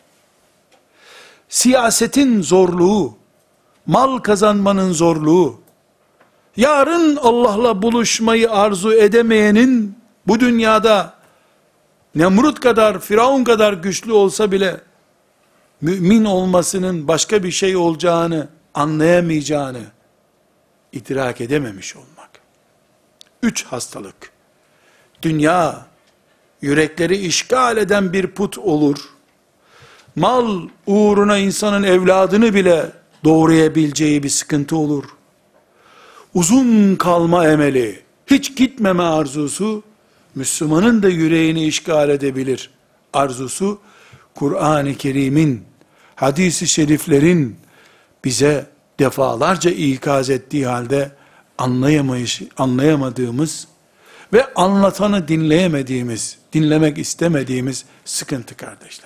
Siyasetin zorluğu, mal kazanmanın zorluğu, yarın Allah'la buluşmayı arzu edemeyenin bu dünyada Nemrut kadar, Firavun kadar güçlü olsa bile mümin olmasının başka bir şey olacağını anlayamayacağını idrak edememiş olmak. 3 hastalık. Dünya, yürekleri işgal eden bir put olur. Mal uğruna insanın evladını bile doğrayabileceği bir sıkıntı olur. Uzun kalma emeli, hiç gitmeme arzusu, Müslümanın da yüreğini işgal edebilir arzusu, Kur'an-ı Kerim'in, hadis-i şeriflerin bize defalarca ikaz ettiği halde anlayamadığımız ve anlatanı dinleyemediğimiz, dinlemek istemediğimiz sıkıntı kardeşler.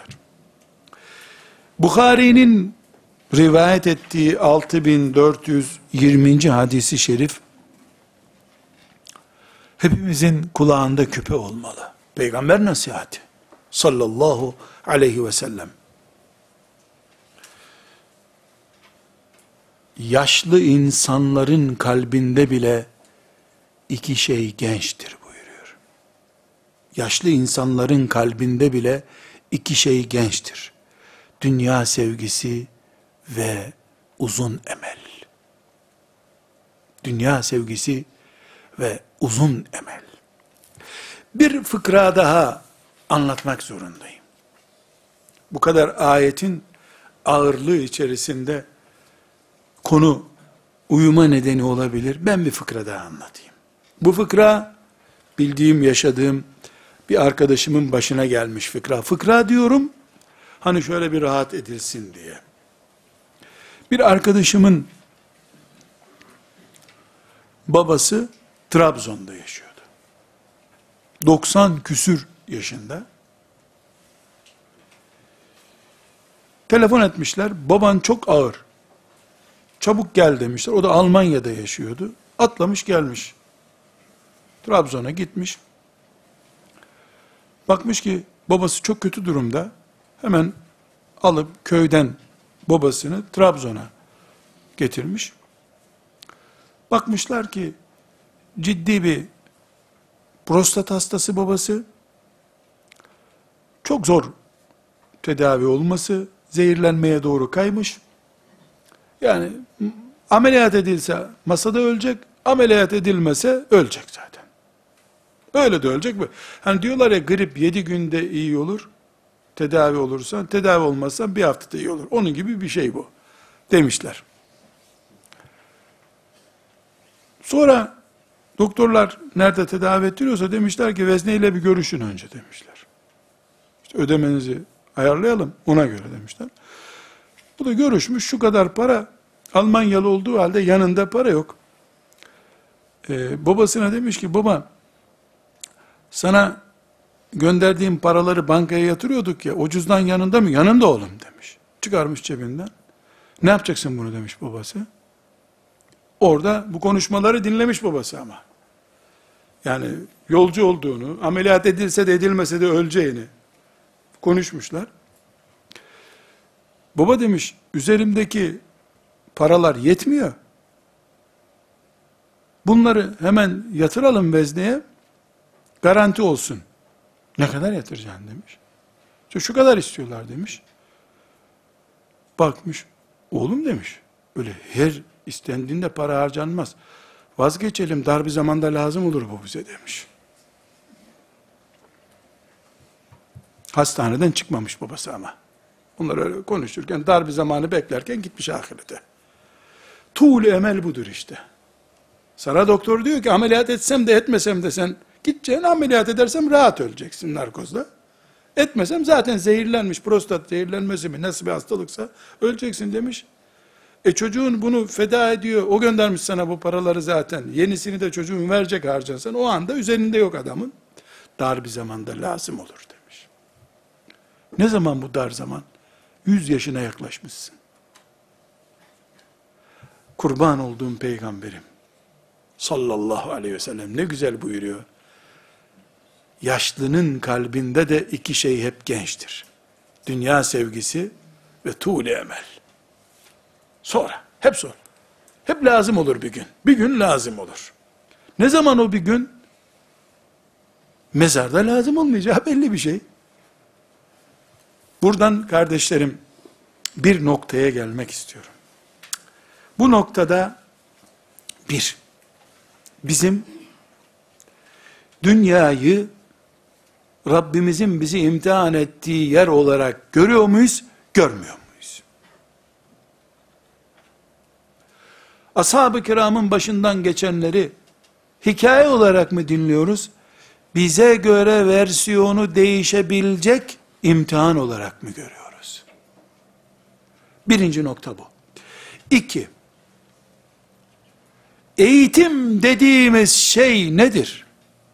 Bukhari'nin rivayet ettiği 6420. hadisi şerif, hepimizin kulağında küpe olmalı. Peygamber nasihati sallallahu aleyhi ve sellem. Yaşlı insanların kalbinde bile 2 şey gençtir buyuruyor. Yaşlı insanların kalbinde bile 2 şey gençtir. Dünya sevgisi ve uzun emel. Dünya sevgisi ve uzun emel. Bir fıkra daha anlatmak zorundayım. Bu kadar ayetin ağırlığı içerisinde konu uyuma nedeni olabilir. Ben bir fıkra daha anlatayım. Bu fıkra bildiğim, yaşadığım bir arkadaşımın başına gelmiş fıkra. Fıkra diyorum, hani şöyle bir rahat edilsin diye. Bir arkadaşımın babası Trabzon'da yaşıyordu. 90 küsür yaşında. Telefon etmişler, baban çok ağır, çabuk gel demişler. O da Almanya'da yaşıyordu. Atlamış gelmiş. Trabzon'a gitmiş. Bakmış ki babası çok kötü durumda. Hemen alıp köyden babasını Trabzon'a getirmiş. Bakmışlar ki ciddi bir prostat hastası babası. Çok zor tedavi olması, zehirlenmeye doğru kaymış. Yani ameliyat edilse masada ölecek, ameliyat edilmese ölecek zaten. Öyle de ölecek mi? Hani diyorlar ya, grip 7 günde iyi olur. Tedavi olursan, tedavi olmazsan bir haftada iyi olur. Onun gibi bir şey bu. Demişler. Sonra doktorlar nerede tedavi ettiriyorsa demişler ki vezneyle bir görüşün önce demişler. İşte ödemenizi ayarlayalım ona göre demişler. Bu da görüşmüş, şu kadar para, Almanyalı olduğu halde yanında para yok. Babasına demiş ki baba, sana gönderdiğim paraları bankaya yatırıyorduk ya, o cüzdan yanında mı? Yanında oğlum demiş. Çıkarmış cebinden. Ne yapacaksın bunu demiş babası. Orada bu konuşmaları dinlemiş babası ama. Yani yolcu olduğunu, ameliyat edilse de edilmese de öleceğini konuşmuşlar. Baba demiş, üzerimdeki paralar yetmiyor. Bunları hemen yatıralım vezneye, garanti olsun. Ne kadar yatıracaksın demiş. İşte şu kadar istiyorlar demiş. Bakmış, oğlum demiş, öyle her istendiğinde para harcanmaz. Vazgeçelim, dar bir zamanda lazım olur bu bize demiş. Hastaneden çıkmamış babası ama. Bunlar öyle konuşurken, dar bir zamanı beklerken gitmiş ahirete. Tuğlu emel budur işte. Sana doktor diyor ki ameliyat etsem de etmesem de sen gideceksin, ameliyat edersem rahat öleceksin narkozla. Etmesem zaten zehirlenmiş, prostat zehirlenmesi mi nasıl bir hastalıksa öleceksin demiş. Çocuğun bunu feda ediyor, o göndermiş sana bu paraları zaten. Yenisini de çocuğun verecek harcarsan o anda üzerinde yok adamın. Dar bir zamanda lazım olur demiş. Ne zaman bu dar zaman? 100 yaşına yaklaşmışsın. Kurban olduğum peygamberim sallallahu aleyhi ve sellem ne güzel buyuruyor. Yaşlının kalbinde de iki şey hep gençtir. Dünya sevgisi ve tuğle emel. Sonra, hep sonra. Hep lazım olur bir gün. Bir gün lazım olur. Ne zaman o bir gün? Mezarda lazım olmayacağı belli bir şey. Buradan kardeşlerim bir noktaya gelmek istiyorum. Bu noktada bizim dünyayı Rabbimizin bizi imtihan ettiği yer olarak görüyor muyuz, görmüyor muyuz? Ashab-ı kiramın başından geçenleri hikaye olarak mı dinliyoruz? Bize göre versiyonu değişebilecek imtihan olarak mı görüyoruz? Birinci nokta bu. 2. Eğitim dediğimiz şey nedir?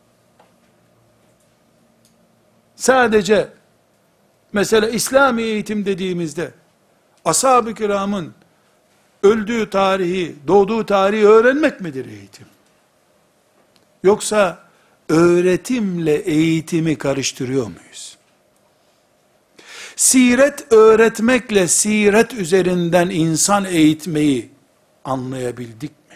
Sadece mesela İslami eğitim dediğimizde ashab-ı kiramın öldüğü tarihi, doğduğu tarihi öğrenmek midir eğitim? Yoksa öğretimle eğitimi karıştırıyor muyuz? Siret öğretmekle siret üzerinden insan eğitmeyi anlayabildik mi?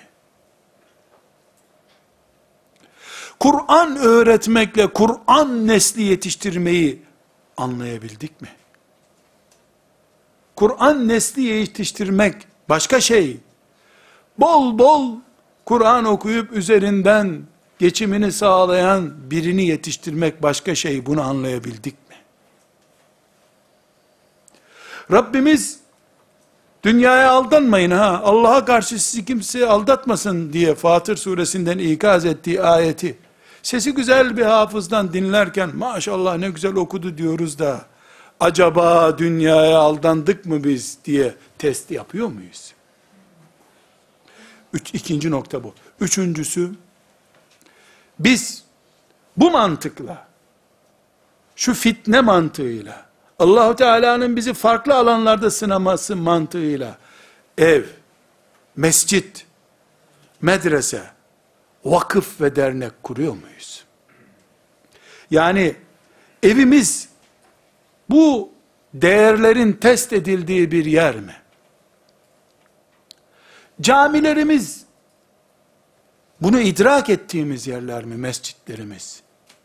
Kur'an öğretmekle Kur'an nesli yetiştirmeyi anlayabildik mi? Kur'an nesli yetiştirmek başka şey. Bol bol Kur'an okuyup üzerinden geçimini sağlayan birini yetiştirmek başka şey. Bunu anlayabildik mi? Rabbimiz dünyaya aldanmayın ha, Allah'a karşı sizi kimse aldatmasın diye Fatır suresinden ikaz ettiği ayeti sesi güzel bir hafızdan dinlerken maşallah ne güzel okudu diyoruz da acaba dünyaya aldandık mı biz diye test yapıyor muyuz? İkinci nokta bu. Üçüncüsü, biz bu mantıkla, şu fitne mantığıyla, Allah-u Teala'nın bizi farklı alanlarda sınaması mantığıyla, ev, mescit, medrese, vakıf ve dernek kuruyor muyuz? Yani evimiz, bu değerlerin test edildiği bir yer mi? Camilerimiz, Bunu idrak ettiğimiz yerler mi mescitlerimiz?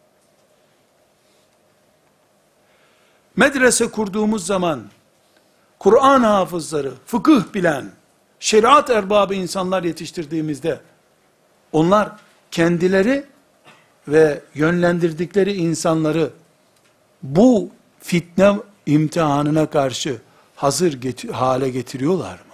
Medrese kurduğumuz zaman, Kur'an hafızları, fıkıh bilen, şeriat erbabı insanlar yetiştirdiğimizde, onlar kendileri ve yönlendirdikleri insanları bu fitne imtihanına karşı hazır hale getiriyorlar mı?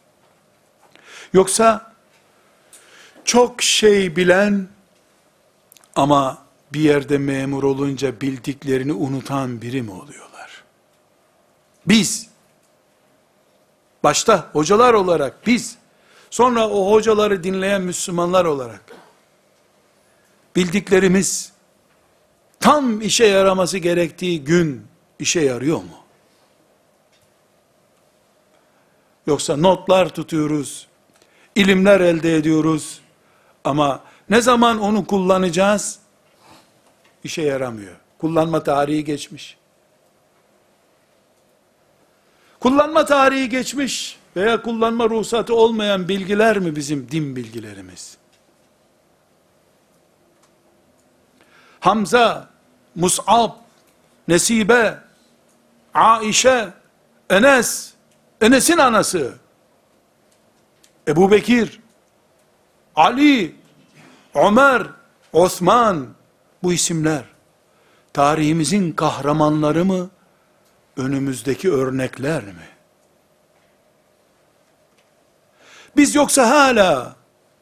Yoksa çok şey bilen ama bir yerde memur olunca bildiklerini unutan biri mi oluyorlar? Biz, başta hocalar olarak biz, sonra o hocaları dinleyen Müslümanlar olarak, bildiklerimiz tam işe yaraması gerektiği gün işe yarıyor mu? Yoksa notlar tutuyoruz, ilimler elde ediyoruz ama ne zaman onu kullanacağız? İşe yaramıyor. Kullanma tarihi geçmiş. Kullanma tarihi geçmiş veya kullanma ruhsatı olmayan bilgiler mi bizim din bilgilerimiz? Hamza, Mus'ab, Nesibe, Aişe, Enes, Enes'in anası, Ebu Bekir, Ali, Ömer, Osman, bu isimler, tarihimizin kahramanları mı, önümüzdeki örnekler mi? Biz yoksa hala,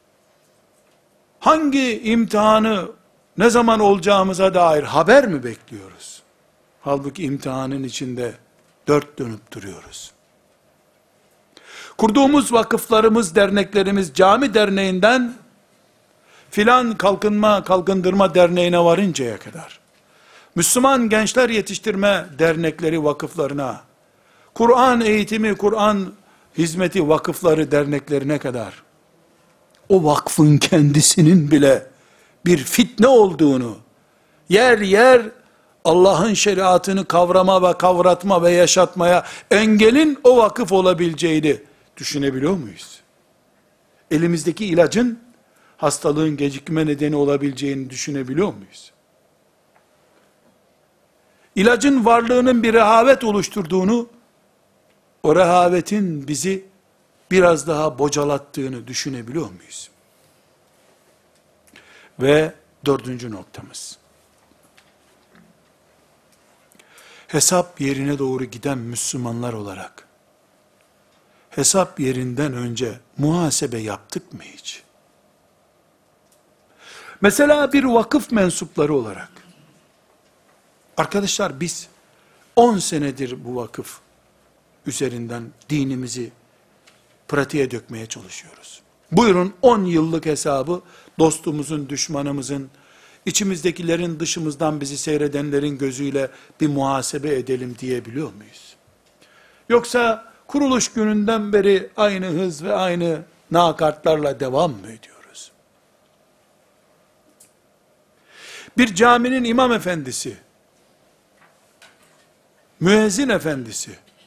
hangi imtihanı, ne zaman olacağımıza dair haber mi bekliyoruz? Halbuki imtihanın içinde dört dönüp duruyoruz. Kurduğumuz vakıflarımız, derneklerimiz, cami derneğinden, filan kalkındırma derneğine varıncaya kadar, Müslüman gençler yetiştirme dernekleri vakıflarına, Kur'an eğitimi, Kur'an hizmeti vakıfları derneklerine kadar, o vakfın kendisinin bile bir fitne olduğunu, yer yer Allah'ın şeriatını kavrama ve kavratma ve yaşatmaya engelin o vakıf olabileceğini düşünebiliyor muyuz? Elimizdeki ilacın hastalığın gecikme nedeni olabileceğini düşünebiliyor muyuz? İlacın varlığının bir rehavet oluşturduğunu, o rehavetin bizi biraz daha bocalattığını düşünebiliyor muyuz? Ve dördüncü noktamız, hesap yerine doğru giden Müslümanlar olarak, hesap yerinden önce muhasebe yaptık mı hiç? Mesela bir vakıf mensupları olarak, arkadaşlar biz 10 senedir bu vakıf üzerinden dinimizi pratiğe dökmeye çalışıyoruz. Buyurun 10 yıllık hesabı dostumuzun, düşmanımızın, içimizdekilerin, dışımızdan bizi seyredenlerin gözüyle bir muhasebe edelim diyebiliyor muyuz? Yoksa kuruluş gününden beri aynı hız ve aynı nakartlarla devam mı ediyoruz? Bir caminin imam efendisi, müezzin efendisi,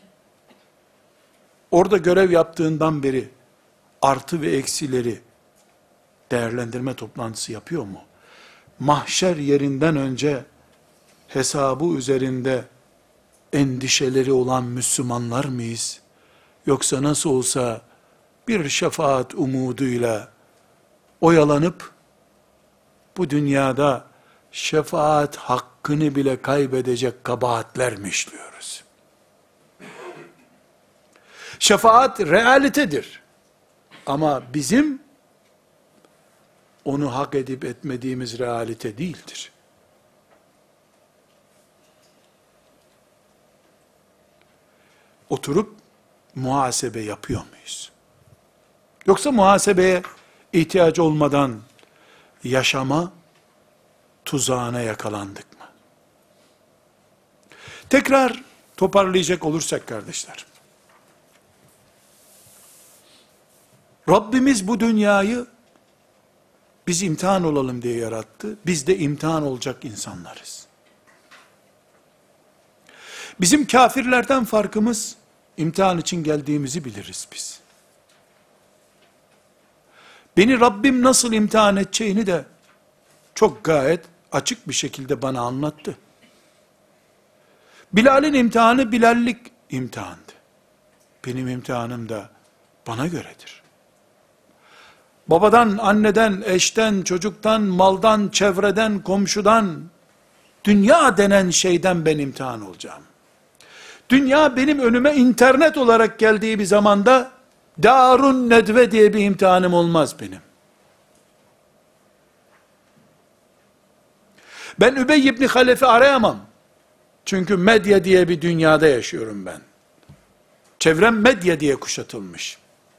orada görev yaptığından beri artı ve eksileri değerlendirme toplantısı yapıyor mu? Mahşer yerinden önce hesabı üzerinde endişeleri olan Müslümanlar mıyız? Yoksa nasıl olsa bir şefaat umuduyla oyalanıp bu dünyada şefaat hakkını bile kaybedecek kabahatler mi işliyoruz? Şefaat realitedir. Ama bizim onu hak edip etmediğimiz realite değildir. Oturup muhasebe yapıyor muyuz? Yoksa muhasebeye ihtiyacı olmadan yaşama tuzağına yakalandık mı? Tekrar toparlayacak olursak kardeşler, Rabbimiz bu dünyayı biz imtihan olalım diye yarattı. Biz de imtihan olacak insanlarız. Bizim kafirlerden farkımız, imtihan için geldiğimizi biliriz biz. Beni Rabbim nasıl imtihan edeceğini de çok gayet açık bir şekilde bana anlattı. Bilal'in imtihanı Bilallik imtihandı. Benim imtihanım da bana göredir. Babadan, anneden, eşten, çocuktan, maldan, çevreden, komşudan, dünya denen şeyden ben imtihan olacağım. Dünya benim önüme internet olarak geldiği bir zamanda, Darun Nedve diye bir imtihanım olmaz benim. Ben Übey ibn Halef'i arayamam. Çünkü medya diye bir dünyada yaşıyorum ben. Çevrem medya diye kuşatılmış.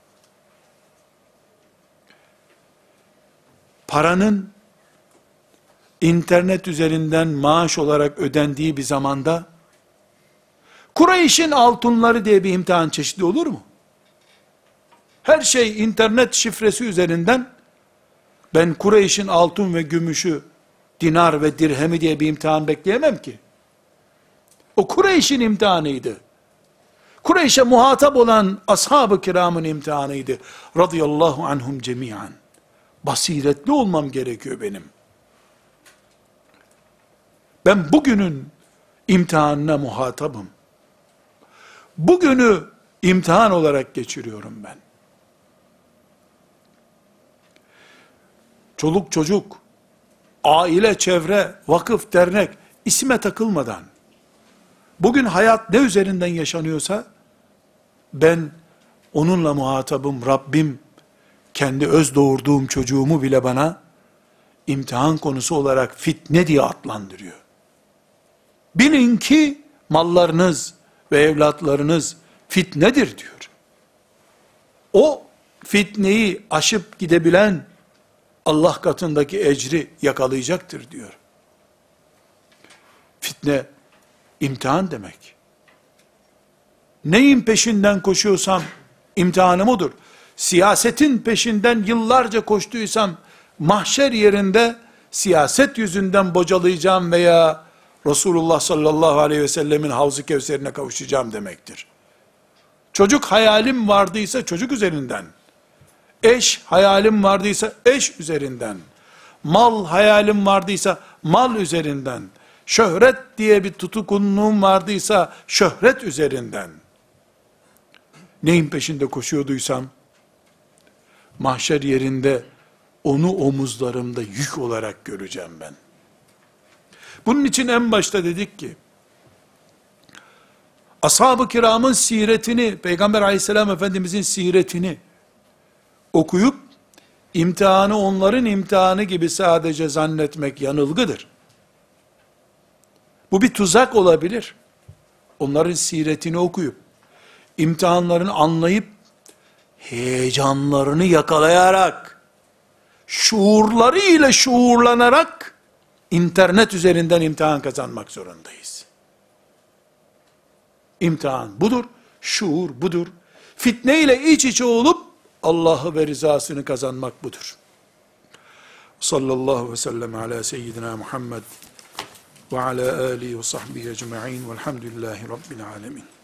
Paranın internet üzerinden maaş olarak ödendiği bir zamanda, Kureyş'in altınları diye bir imtihan çeşidi olur mu? Her şey internet şifresi üzerinden, ben Kureyş'in altın ve gümüşü, dinar ve dirhemi diye bir imtihan bekleyemem ki. O Kureyş'in imtihanıydı. Kureyş'e muhatap olan ashab-ı kiramın imtihanıydı. Radıyallahu anhum cemiyan. Basiretli olmam gerekiyor benim. Ben bugünün imtihanına muhatabım. Bugünü imtihan olarak geçiriyorum ben. Çoluk çocuk, aile, çevre, vakıf, dernek, isime takılmadan, bugün hayat ne üzerinden yaşanıyorsa, ben onunla muhatabım. Rabbim, kendi öz doğurduğum çocuğumu bile bana, imtihan konusu olarak fitne diye adlandırıyor. Bilin ki, mallarınız ve evlatlarınız fitnedir diyor. O fitneyi aşıp gidebilen, Allah katındaki ecri yakalayacaktır diyor. Fitne, imtihan demek. Neyin peşinden koşuyorsam, imtihanım odur. Siyasetin peşinden yıllarca koştuysam, mahşer yerinde, siyaset yüzünden bocalayacağım veya Resulullah sallallahu aleyhi ve sellemin Havz-ı Kevser'ine kavuşacağım demektir. Çocuk hayalim vardıysa çocuk üzerinden, eş hayalim vardıysa eş üzerinden, mal hayalim vardıysa mal üzerinden, şöhret diye bir tutukunluğum vardıysa şöhret üzerinden, neyin peşinde koşuyorduysam, mahşer yerinde onu omuzlarımda yük olarak göreceğim ben. Bunun için en başta dedik ki, ashab-ı kiramın siretini, Peygamber aleyhisselam efendimizin siretini okuyup, imtihanı onların imtihanı gibi sadece zannetmek yanılgıdır. Bu bir tuzak olabilir. Onların siretini okuyup, imtihanlarını anlayıp, heyecanlarını yakalayarak, şuurları ile şuurlanarak, internet üzerinden imtihan kazanmak zorundayız. İmtihan budur, şuur budur. Fitne ile iç içe olup, Allah'ı ve rızasını kazanmak budur. Sallallahu aleyhi ve sellem ala seyyidina Muhammed ve ala alihi ve sahbihi ecma'in velhamdülillahi rabbil alemin.